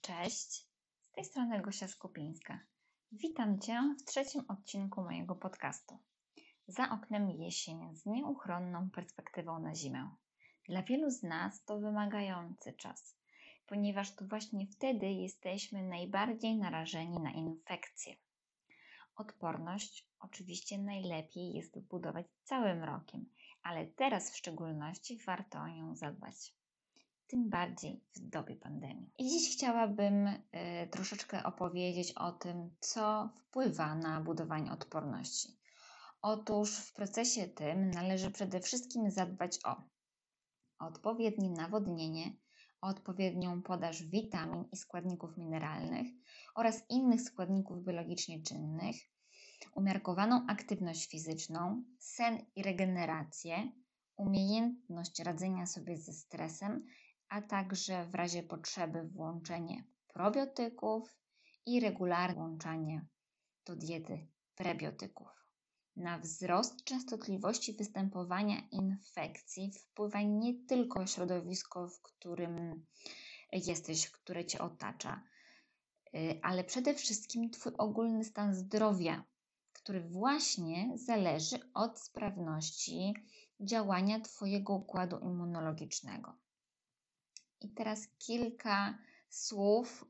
Cześć, z tej strony Gosia Skupińska. Witam Cię w trzecim odcinku mojego podcastu. Za oknem jesień z nieuchronną perspektywą na zimę. Dla wielu z nas to wymagający czas, ponieważ to właśnie wtedy jesteśmy najbardziej narażeni na infekcje. Odporność oczywiście najlepiej jest budować całym rokiem, ale teraz w szczególności warto o nią zadbać. Tym bardziej w dobie pandemii. I dziś chciałabym troszeczkę opowiedzieć o tym, co wpływa na budowanie odporności. Otóż w procesie tym należy przede wszystkim zadbać o odpowiednie nawodnienie, o odpowiednią podaż witamin i składników mineralnych oraz innych składników biologicznie czynnych, umiarkowaną aktywność fizyczną, sen i regenerację, umiejętność radzenia sobie ze stresem, a także w razie potrzeby włączenie probiotyków i regularne włączanie do diety prebiotyków. Na wzrost częstotliwości występowania infekcji wpływa nie tylko środowisko, w którym jesteś, które Cię otacza, ale przede wszystkim Twój ogólny stan zdrowia, który właśnie zależy od sprawności działania Twojego układu immunologicznego. I teraz kilka słów,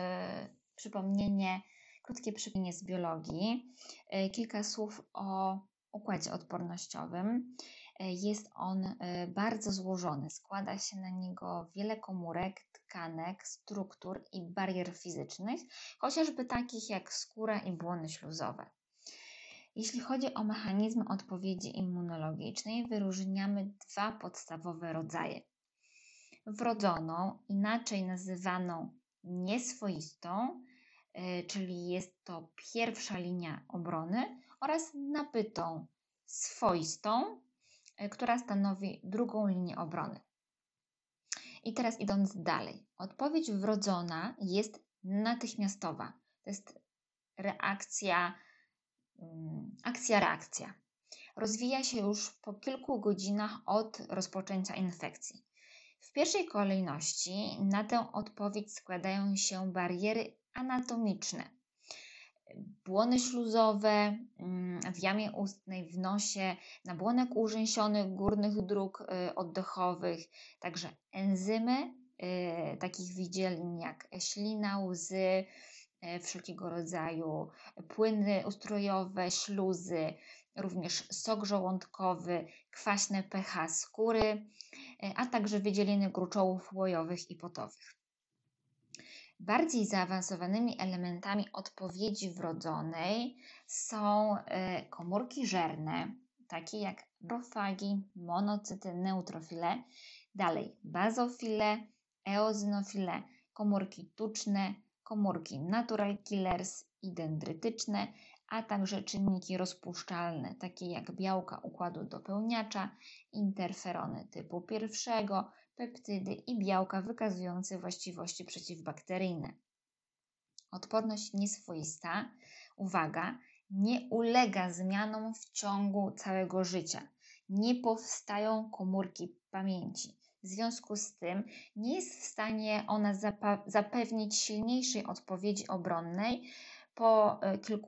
krótkie przypomnienie z biologii, kilka słów o układzie odpornościowym. Jest on bardzo złożony, składa się na niego wiele komórek, tkanek, struktur i barier fizycznych, chociażby takich jak skóra i błony śluzowe. Jeśli chodzi o mechanizmy odpowiedzi immunologicznej, wyróżniamy dwa podstawowe rodzaje. Wrodzoną, inaczej nazywaną nieswoistą, czyli jest to pierwsza linia obrony, oraz nabytą, swoistą, która stanowi drugą linię obrony. I teraz idąc dalej. Odpowiedź wrodzona jest natychmiastowa. To jest akcja-reakcja. Rozwija się już po kilku godzinach od rozpoczęcia infekcji. W pierwszej kolejności na tę odpowiedź składają się bariery anatomiczne. Błony śluzowe w jamie ustnej, w nosie, nabłonek urzęsionych górnych dróg oddechowych, także enzymy takich wydzielin jak ślina, łzy, wszelkiego rodzaju płyny ustrojowe, śluzy, również sok żołądkowy, kwaśne pH skóry, a także wydzieliny gruczołów łojowych i potowych. Bardziej zaawansowanymi elementami odpowiedzi wrodzonej są komórki żerne, takie jak makrofagi, monocyty, neutrofile, dalej bazofile, eozinofile, komórki tuczne, komórki natural killers i dendrytyczne, a także czynniki rozpuszczalne, takie jak białka układu dopełniacza, interferony typu pierwszego, peptydy i białka wykazujące właściwości przeciwbakteryjne. Odporność nieswoista, uwaga, nie ulega zmianom w ciągu całego życia. Nie powstają komórki pamięci. W związku z tym nie jest w stanie ona zapewnić silniejszej odpowiedzi obronnej po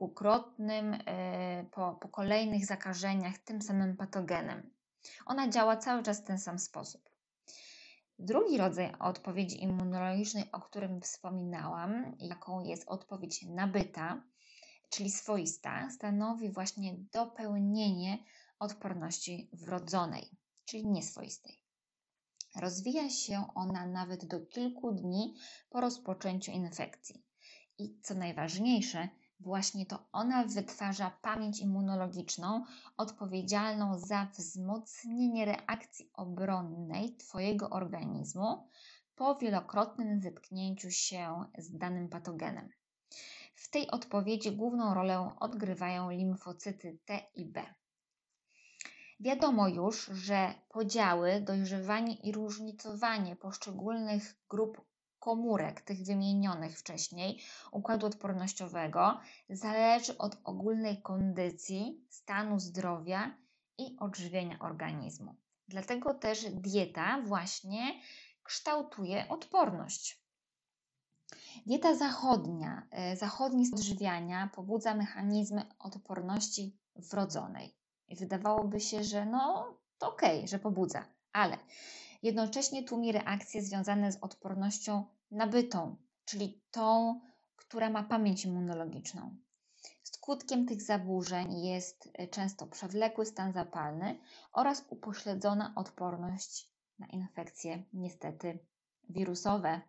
kolejnych zakażeniach tym samym patogenem. Ona działa cały czas w ten sam sposób. Drugi rodzaj odpowiedzi immunologicznej, o którym wspominałam, jaką jest odpowiedź nabyta, czyli swoista, stanowi właśnie dopełnienie odporności wrodzonej, czyli nieswoistej. Rozwija się ona nawet do kilku dni po rozpoczęciu infekcji. I co najważniejsze, właśnie to ona wytwarza pamięć immunologiczną odpowiedzialną za wzmocnienie reakcji obronnej Twojego organizmu po wielokrotnym zetknięciu się z danym patogenem. W tej odpowiedzi główną rolę odgrywają limfocyty T i B. Wiadomo już, że podziały, dojrzewanie i różnicowanie poszczególnych grup komórek, tych wymienionych wcześniej, układu odpornościowego, zależy od ogólnej kondycji, stanu zdrowia i odżywienia organizmu. Dlatego też dieta właśnie kształtuje odporność. Dieta zachodnia, zachodnie odżywiania pobudza mechanizmy odporności wrodzonej. I wydawałoby się, że to okej, że pobudza, ale jednocześnie tłumi reakcje związane z odpornością nabytą, czyli tą, która ma pamięć immunologiczną. Skutkiem tych zaburzeń jest często przewlekły stan zapalny oraz upośledzona odporność na infekcje, niestety wirusowe.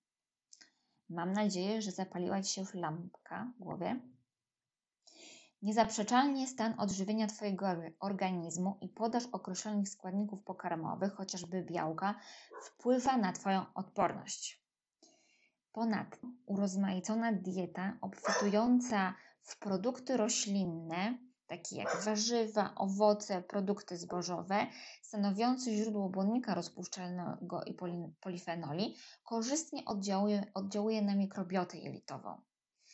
Mam nadzieję, że zapaliła Ci się już lampka w głowie. Niezaprzeczalnie stan odżywienia Twojego organizmu i podaż określonych składników pokarmowych, chociażby białka, wpływa na Twoją odporność. Ponadto urozmaicona dieta obfitująca w produkty roślinne, takie jak warzywa, owoce, produkty zbożowe, stanowiące źródło błonnika rozpuszczalnego i polifenoli, korzystnie oddziałuje na mikrobiotę jelitową,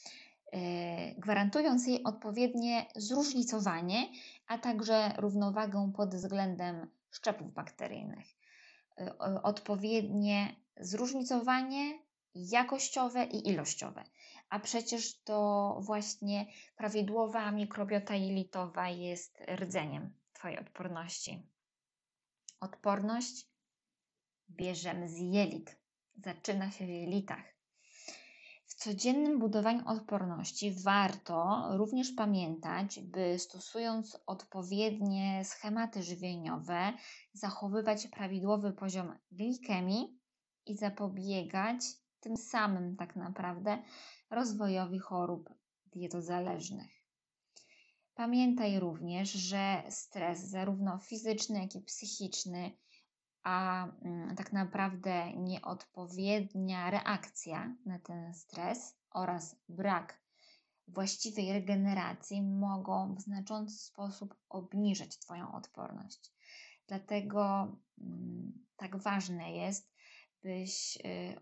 gwarantując jej odpowiednie zróżnicowanie, a także równowagę pod względem szczepów bakteryjnych. Odpowiednie zróżnicowanie jakościowe i ilościowe. A przecież to właśnie prawidłowa mikrobiota jelitowa jest rdzeniem Twojej odporności. Odporność bierzemy z jelit. Zaczyna się w jelitach. W codziennym budowaniu odporności warto również pamiętać, by stosując odpowiednie schematy żywieniowe, zachowywać prawidłowy poziom glikemii i zapobiegać tym samym tak naprawdę rozwojowi chorób dietozależnych. Pamiętaj również, że stres zarówno fizyczny, jak i psychiczny, a tak naprawdę nieodpowiednia reakcja na ten stres oraz brak właściwej regeneracji mogą w znaczący sposób obniżać Twoją odporność. Dlatego tak ważne jest, byś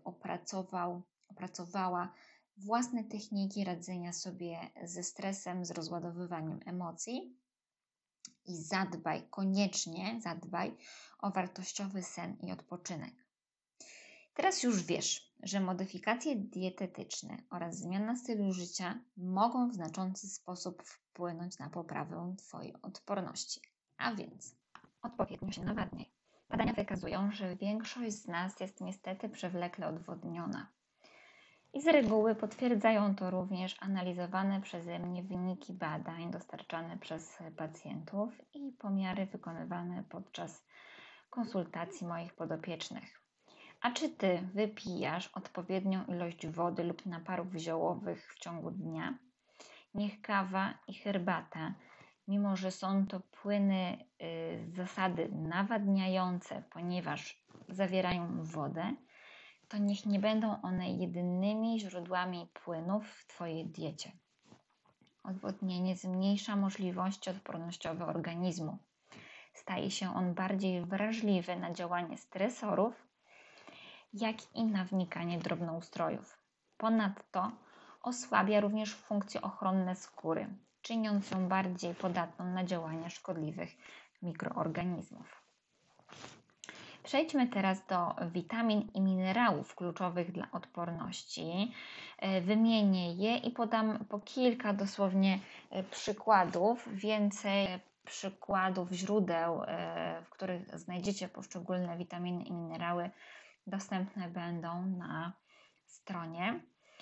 opracowała własne techniki radzenia sobie ze stresem, z rozładowywaniem emocji i koniecznie zadbaj o wartościowy sen i odpoczynek. Teraz już wiesz, że modyfikacje dietetyczne oraz zmiana stylu życia mogą w znaczący sposób wpłynąć na poprawę Twojej odporności. A więc odpowiednio się nawadniaj. Badania wykazują, że większość z nas jest niestety przewlekle odwodniona. I z reguły potwierdzają to również analizowane przeze mnie wyniki badań dostarczane przez pacjentów i pomiary wykonywane podczas konsultacji moich podopiecznych. A czy Ty wypijasz odpowiednią ilość wody lub naparów ziołowych w ciągu dnia? Niech kawa i herbata, mimo że są to płyny z zasady nawadniające, ponieważ zawierają wodę, to niech nie będą one jedynymi źródłami płynów w Twojej diecie. Odwodnienie zmniejsza możliwości odpornościowe organizmu. Staje się on bardziej wrażliwy na działanie stresorów, jak i na wnikanie drobnoustrojów. Ponadto osłabia również funkcje ochronne skóry, czyniąc ją bardziej podatną na działania szkodliwych mikroorganizmów. Przejdźmy teraz do witamin i minerałów kluczowych dla odporności. Wymienię je i podam po kilka dosłownie przykładów. Więcej przykładów źródeł, w których znajdziecie poszczególne witaminy i minerały, dostępne będą na stronie.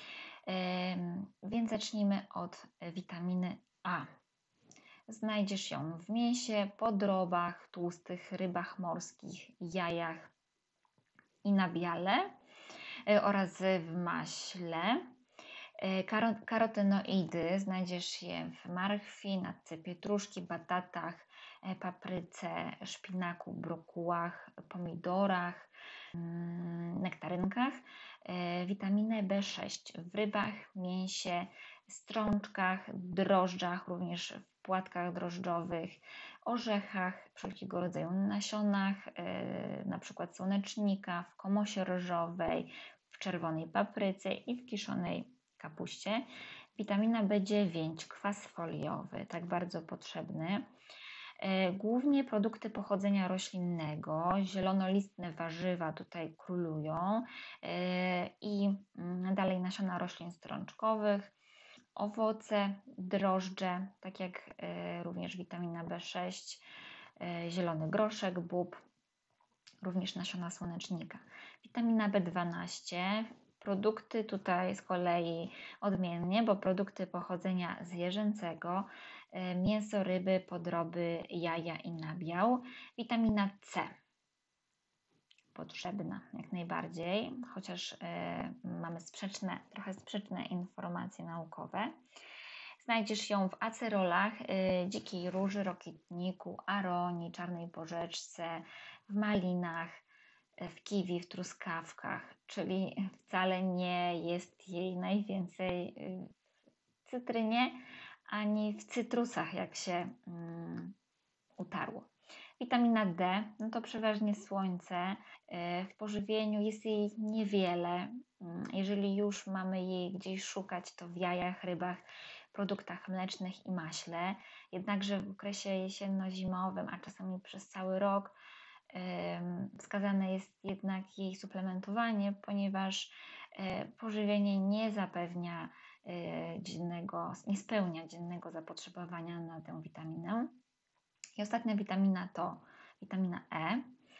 Więc zacznijmy od witaminy A. Znajdziesz ją w mięsie, podrobach, tłustych rybach morskich, jajach i nabiale oraz w maśle. Karotenoidy znajdziesz je w marchwi, natce pietruszki, batatach, papryce, szpinaku, brokułach, pomidorach, nektarynkach. Witaminę B6 w rybach, mięsie, strączkach, drożdżach, również w płatkach drożdżowych, orzechach, wszelkiego rodzaju nasionach, np. słonecznika, w komosie ryżowej, w czerwonej papryce i w kiszonej kapuście. Witamina B9, kwas foliowy, tak bardzo potrzebny. Głównie produkty pochodzenia roślinnego, zielonolistne warzywa tutaj królują i dalej nasiona roślin strączkowych, owoce, drożdże, tak jak również witamina B6, zielony groszek, bób, również nasiona słonecznika. Witamina B12, produkty tutaj z kolei odmiennie, bo produkty pochodzenia zwierzęcego, mięso, ryby, podroby, jaja i nabiał. Witamina C, potrzebna jak najbardziej, chociaż mamy trochę sprzeczne informacje naukowe. Znajdziesz ją w acerolach, dzikiej róży, rokitniku, aronii, czarnej porzeczce, w malinach, w kiwi, w truskawkach, czyli wcale nie jest jej najwięcej w cytrynie ani w cytrusach, jak się utarło. Witamina D, no to przeważnie słońce. W pożywieniu jest jej niewiele. Jeżeli już mamy jej gdzieś szukać, to w jajach, rybach, produktach mlecznych i maśle. Jednakże w okresie jesienno-zimowym, a czasami przez cały rok, wskazane jest jednak jej suplementowanie, ponieważ pożywienie nie zapewnia nie spełnia dziennego zapotrzebowania na tę witaminę. I ostatnia witamina to witamina E.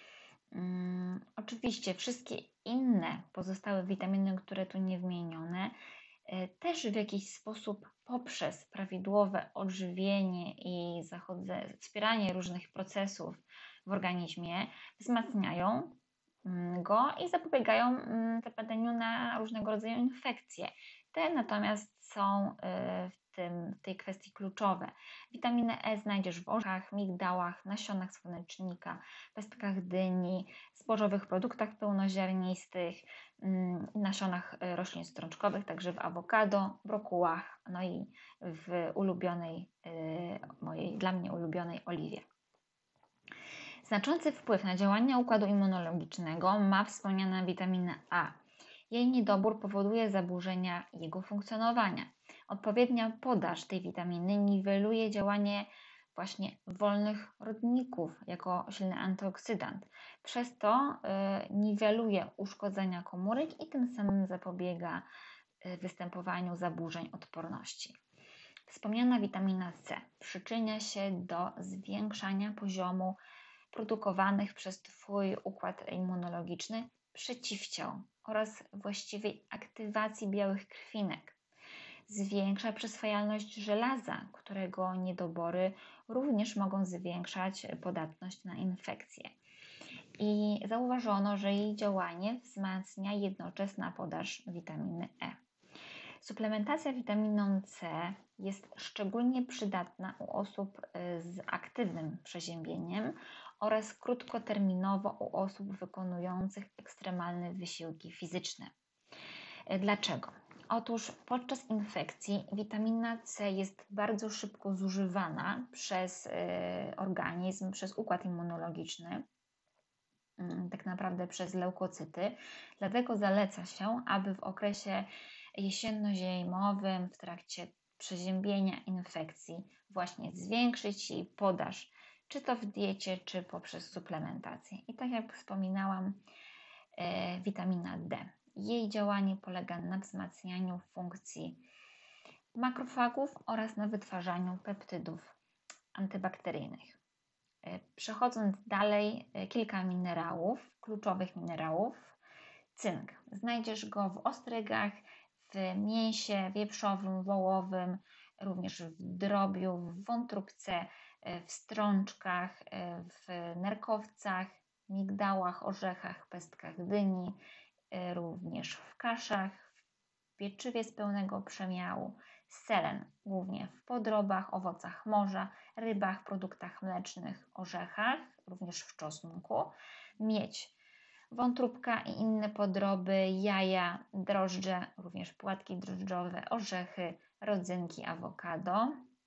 Oczywiście wszystkie inne pozostałe witaminy, które tu nie wymienione, też w jakiś sposób poprzez prawidłowe odżywienie i wspieranie różnych procesów w organizmie wzmacniają go i zapobiegają zapadaniu na różnego rodzaju infekcje. Te natomiast są w tej kwestii kluczowe. Witaminę E znajdziesz w orzechach, migdałach, nasionach słonecznika, pestkach dyni, zbożowych produktach pełnoziarnistych, nasionach roślin strączkowych, także w awokado, brokułach, no i w dla mnie ulubionej oliwie. Znaczący wpływ na działanie układu immunologicznego ma wspomniana witamina A. Jej niedobór powoduje zaburzenia jego funkcjonowania. Odpowiednia podaż tej witaminy niweluje działanie właśnie wolnych rodników jako silny antyoksydant. Przez to niweluje uszkodzenia komórek i tym samym zapobiega występowaniu zaburzeń odporności. Wspomniana witamina C przyczynia się do zwiększania poziomu produkowanych przez Twój układ immunologiczny przeciwciał oraz właściwej aktywacji białych krwinek. Zwiększa przyswajalność żelaza, którego niedobory również mogą zwiększać podatność na infekcje. I zauważono, że jej działanie wzmacnia jednoczesna podaż witaminy E. Suplementacja witaminą C jest szczególnie przydatna u osób z aktywnym przeziębieniem oraz krótkoterminowo u osób wykonujących ekstremalne wysiłki fizyczne. Dlaczego? Otóż podczas infekcji witamina C jest bardzo szybko zużywana przez organizm, przez układ immunologiczny, tak naprawdę przez leukocyty. Dlatego zaleca się, aby w okresie jesienno-zimowym, w trakcie przeziębienia infekcji, właśnie zwiększyć jej podaż, czy to w diecie, czy poprzez suplementację. I tak jak wspominałam, witamina D. Jej działanie polega na wzmacnianiu funkcji makrofagów oraz na wytwarzaniu peptydów antybakteryjnych. Przechodząc dalej, kilka minerałów, kluczowych minerałów. Cynk. Znajdziesz go w ostrygach, w mięsie wieprzowym, wołowym, również w drobiu, w wątróbce, w strączkach, w nerkowcach, migdałach, orzechach, pestkach dyni, również w kaszach, w pieczywie z pełnego przemiału. Selen głównie w podrobach, owocach morza, rybach, produktach mlecznych, orzechach, również w czosnku. Miedź. Wątróbka i inne podroby, jaja, drożdże, również płatki drożdżowe, orzechy, rodzynki, awokado.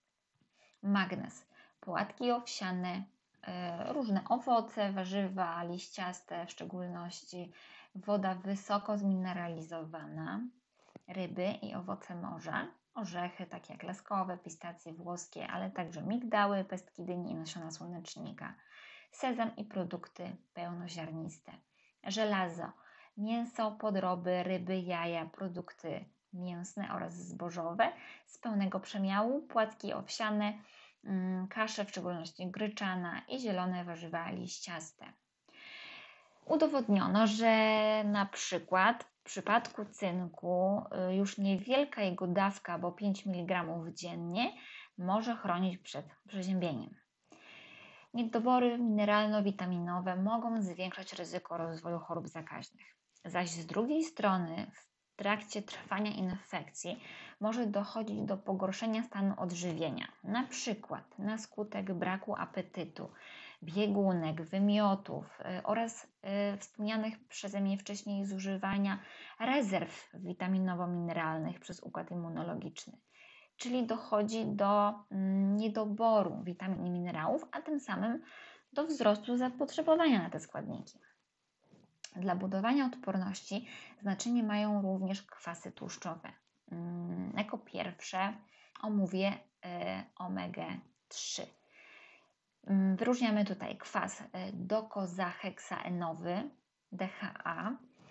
Magnez. Płatki owsiane, różne owoce, warzywa liściaste, w szczególności woda wysoko zmineralizowana. ryby i owoce morza, orzechy takie jak laskowe, pistacje włoskie, ale także migdały, pestki dyni i nasiona słonecznika, sezam i produkty pełnoziarniste, żelazo, mięso, podroby, ryby, jaja, produkty mięsne oraz zbożowe z pełnego przemiału, płatki owsiane, kasze, w szczególności gryczana i zielone warzywa liściaste. Udowodniono, że na przykład w przypadku cynku już niewielka jego dawka, bo 5 mg dziennie, może chronić przed przeziębieniem. Niedobory mineralno-witaminowe mogą zwiększać ryzyko rozwoju chorób zakaźnych. Zaś z drugiej strony w trakcie trwania infekcji może dochodzić do pogorszenia stanu odżywienia, na przykład na skutek braku apetytu, biegunek, wymiotów oraz wspomnianych przeze mnie wcześniej zużywania rezerw witaminowo-mineralnych przez układ immunologiczny. Czyli dochodzi do niedoboru witamin i minerałów, a tym samym do wzrostu zapotrzebowania na te składniki. Dla budowania odporności znaczenie mają również kwasy tłuszczowe. Jako pierwsze omówię omega-3. Wyróżniamy tutaj kwas dokozaheksaenowy, DHA,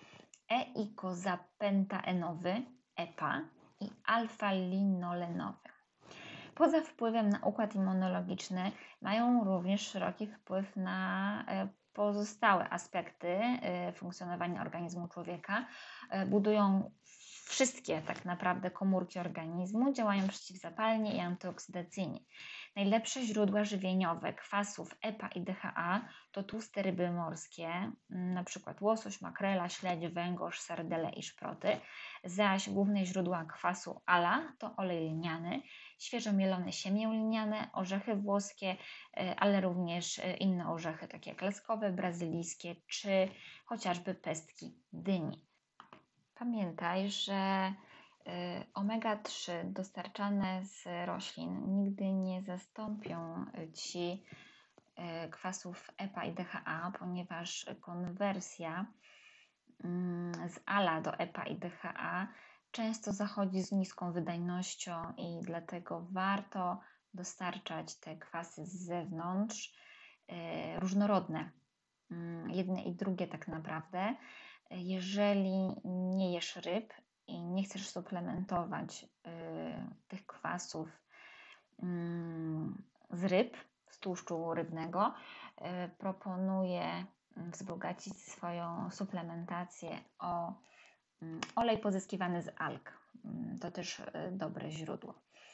eikozapentaenowy, EPA i alfa-linolenowy. Poza wpływem na układ immunologiczny mają również szeroki wpływ na pozostałe aspekty funkcjonowania organizmu człowieka. Budują wszystkie tak naprawdę komórki organizmu, działają przeciwzapalnie i antyoksydacyjnie. Najlepsze źródła żywieniowe kwasów EPA i DHA to tłuste ryby morskie, np. łosoś, makrela, śledź, węgorz, sardele i szproty, zaś główne źródła kwasu ALA to olej lniany, świeżo mielone siemię lniane, orzechy włoskie, ale również inne orzechy takie jak laskowe, brazylijskie czy chociażby pestki dyni. Pamiętaj, że omega-3 dostarczane z roślin nigdy nie zastąpią Ci kwasów EPA i DHA, ponieważ konwersja z ALA do EPA i DHA często zachodzi z niską wydajnością i dlatego warto dostarczać te kwasy z zewnątrz, różnorodne, jedne i drugie tak naprawdę. Jeżeli nie jesz ryb i nie chcesz suplementować tych kwasów z ryb, z tłuszczu rybnego, proponuję wzbogacić swoją suplementację o olej pozyskiwany z alg. To też dobre źródło.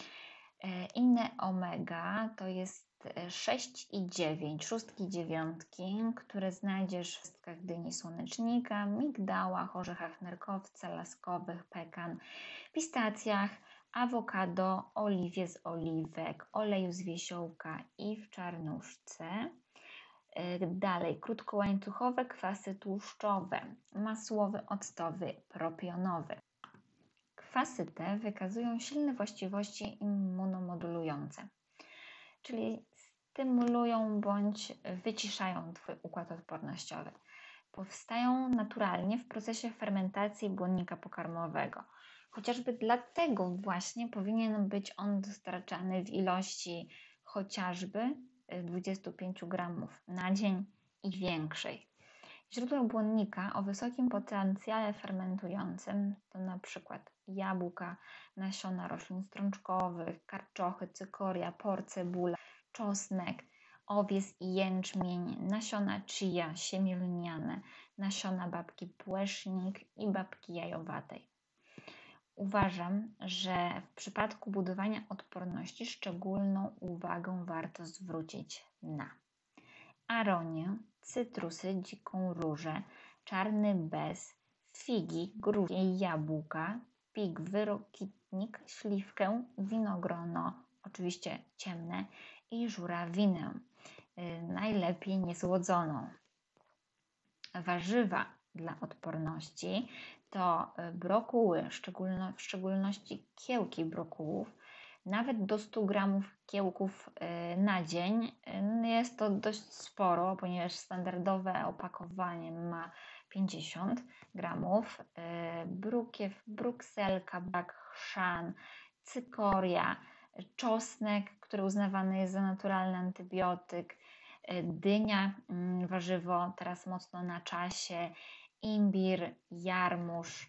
Inne omega to jest 6 i 9, szóstki i dziewiątki, które znajdziesz w pestkach dyni słonecznika, migdałach, orzechach nerkowca, laskowych, pekan, pistacjach, awokado, oliwie z oliwek, oleju z wiesiołka i w czarnuszce. Dalej, krótkołańcuchowe kwasy tłuszczowe, masłowy, octowy, propionowy. Kwasy te wykazują silne właściwości immunomodulujące, czyli stymulują bądź wyciszają Twój układ odpornościowy. Powstają naturalnie w procesie fermentacji błonnika pokarmowego. Chociażby dlatego właśnie powinien być on dostarczany w ilości chociażby 25 gramów na dzień i większej. Źródła błonnika o wysokim potencjale fermentującym to na przykład jabłka, nasiona roślin strączkowych, karczochy, cykoria, por, cebula, czosnek, owies i jęczmień, nasiona chia, siemię lniane, nasiona babki płesznik i babki jajowatej. Uważam, że w przypadku budowania odporności szczególną uwagę warto zwrócić na aronię, cytrusy, dziką różę, czarny bez, figi, gruszki, jabłka, pigwy, rokitnik, śliwkę, winogrono, oczywiście ciemne i żurawinę, najlepiej niesłodzoną. Warzywa dla odporności to brokuły, w szczególności kiełki brokułów. Nawet do 100 gramów kiełków na dzień jest to dość sporo, ponieważ standardowe opakowanie ma 50 gramów, brukiew, brukselka, brak, chrzan, cykoria, czosnek, który uznawany jest za naturalny antybiotyk, dynia, warzywo teraz mocno na czasie, imbir, jarmuż,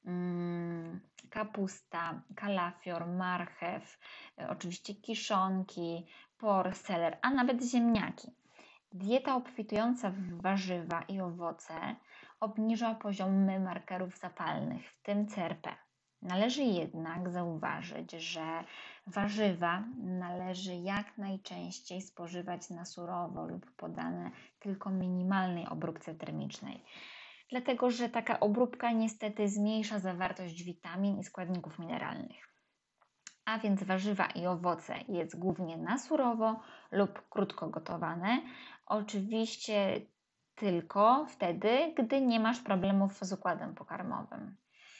kapusta, kalafior, marchew, oczywiście kiszonki, por, seler, a nawet ziemniaki. Dieta obfitująca w warzywa i owoce obniża poziomy markerów zapalnych, w tym CRP. Należy jednak zauważyć, że warzywa należy jak najczęściej spożywać na surowo lub podane tylko minimalnej obróbce termicznej. Dlatego, że taka obróbka niestety zmniejsza zawartość witamin i składników mineralnych. A więc warzywa i owoce jedz głównie na surowo lub krótko gotowane. Oczywiście tylko wtedy, gdy nie masz problemów z układem pokarmowym.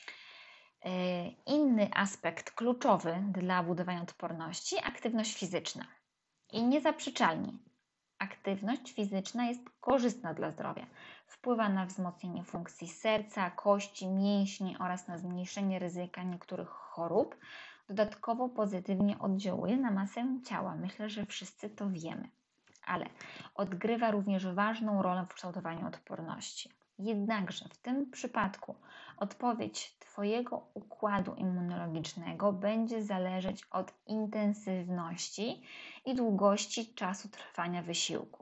Inny aspekt kluczowy dla budowania odporności – aktywność fizyczna. I niezaprzeczalnie aktywność fizyczna jest korzystna dla zdrowia. Wpływa na wzmocnienie funkcji serca, kości, mięśni oraz na zmniejszenie ryzyka niektórych chorób. Dodatkowo pozytywnie oddziałuje na masę ciała. Myślę, że wszyscy to wiemy. Ale odgrywa również ważną rolę w kształtowaniu odporności. Jednakże w tym przypadku odpowiedź Twojego układu immunologicznego będzie zależeć od intensywności i długości czasu trwania wysiłku.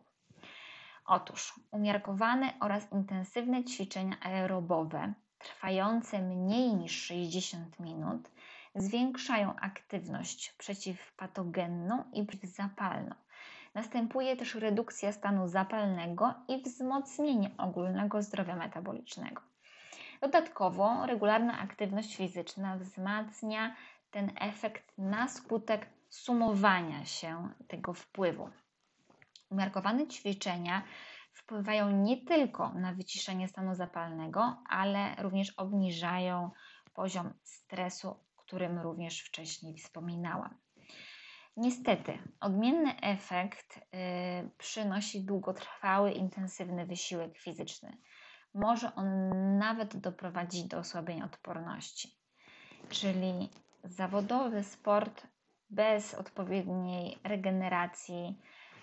Otóż umiarkowane oraz intensywne ćwiczenia aerobowe trwające mniej niż 60 minut zwiększają aktywność przeciwpatogenną i przeciwzapalną. Następuje też redukcja stanu zapalnego i wzmocnienie ogólnego zdrowia metabolicznego. Dodatkowo regularna aktywność fizyczna wzmacnia ten efekt na skutek sumowania się tego wpływu. Umiarkowane ćwiczenia wpływają nie tylko na wyciszenie stanu zapalnego, ale również obniżają poziom stresu, o którym również wcześniej wspominałam. Niestety, odmienny efekt przynosi długotrwały, intensywny wysiłek fizyczny. Może on nawet doprowadzić do osłabienia odporności. Czyli zawodowy sport bez odpowiedniej regeneracji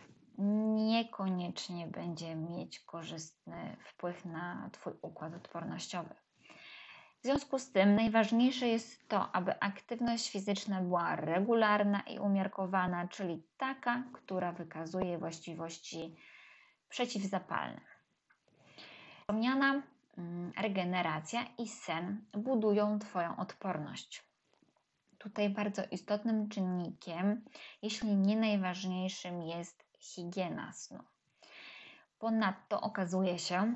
niekoniecznie będzie mieć korzystny wpływ na Twój układ odpornościowy. W związku z tym najważniejsze jest to, aby aktywność fizyczna była regularna i umiarkowana, czyli taka, która wykazuje właściwości przeciwzapalne. Wspomniana regeneracja i sen budują Twoją odporność. Tutaj bardzo istotnym czynnikiem, jeśli nie najważniejszym, jest higiena snu. Ponadto okazuje się,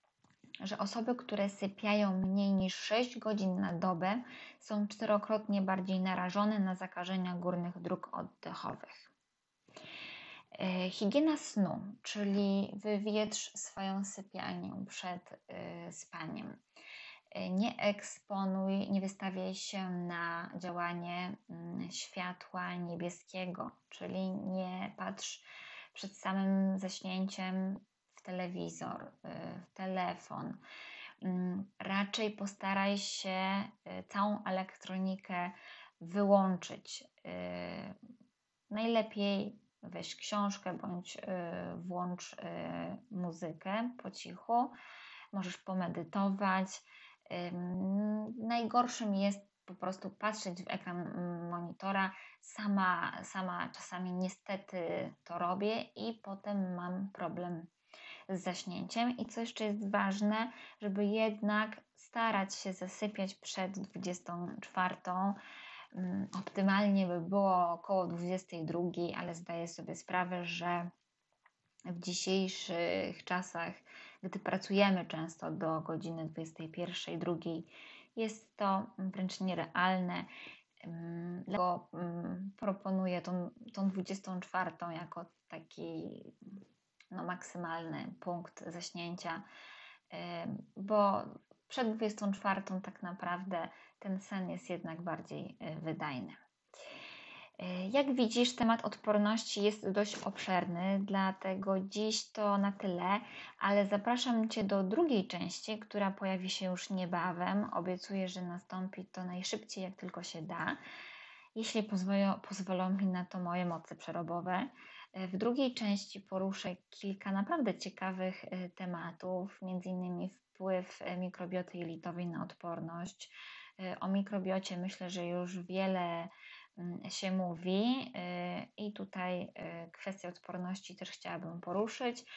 że osoby, które sypiają mniej niż 6 godzin na dobę, są 4-krotnie bardziej narażone na zakażenia górnych dróg oddechowych. Higiena snu, czyli wywietrz swoją sypialnię przed spaniem. Nie eksponuj, nie wystawiaj się na działanie światła niebieskiego, czyli nie patrz przed samym zaśnięciem w telewizor, w telefon. Raczej postaraj się całą elektronikę wyłączyć. Najlepiej weź książkę bądź włącz muzykę po cichu. Możesz pomedytować. Najgorszym jest po prostu patrzeć w ekran monitora. Sama czasami niestety to robię i potem mam problem z zaśnięciem. I co jeszcze jest ważne, żeby jednak starać się zasypiać przed 24. Optymalnie by było około 22, ale zdaję sobie sprawę, że w dzisiejszych czasach, gdy pracujemy często do godziny 21, 2, jest to wręcz nierealne. Dlatego proponuję tą 24 jako taki maksymalny punkt zaśnięcia, bo przed 24 tak naprawdę ten sen jest jednak bardziej wydajny. Jak widzisz, temat odporności jest dość obszerny, dlatego dziś to na tyle, ale zapraszam Cię do drugiej części, która pojawi się już niebawem. Obiecuję, że nastąpi to najszybciej, jak tylko się da, jeśli pozwolą mi na to moje moce przerobowe. W drugiej części poruszę kilka naprawdę ciekawych tematów, m.in. wpływ mikrobioty jelitowej na odporność. O mikrobiocie myślę, że już wiele się mówi i tutaj kwestię odporności też chciałabym poruszyć.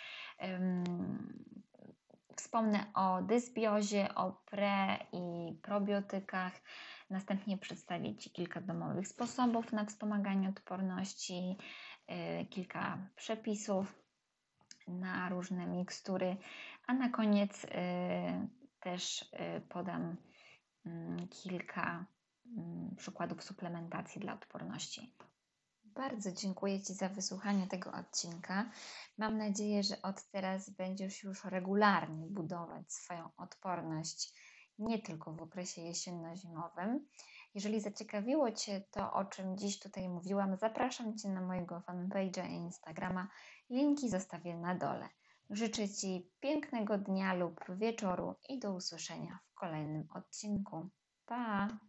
Wspomnę o dysbiozie, o pre- i probiotykach. Następnie przedstawię Ci kilka domowych sposobów na wspomaganie odporności, kilka przepisów na różne mikstury, a na koniec też podam kilka przykładów suplementacji dla odporności. Bardzo dziękuję Ci za wysłuchanie tego odcinka. Mam nadzieję, że od teraz będziesz już regularnie budować swoją odporność, nie tylko w okresie jesienno-zimowym. Jeżeli zaciekawiło Cię to, o czym dziś tutaj mówiłam, zapraszam Cię na mojego fanpage'a i Instagrama. Linki zostawię na dole. Życzę Ci pięknego dnia lub wieczoru i do usłyszenia w kolejnym odcinku. Pa!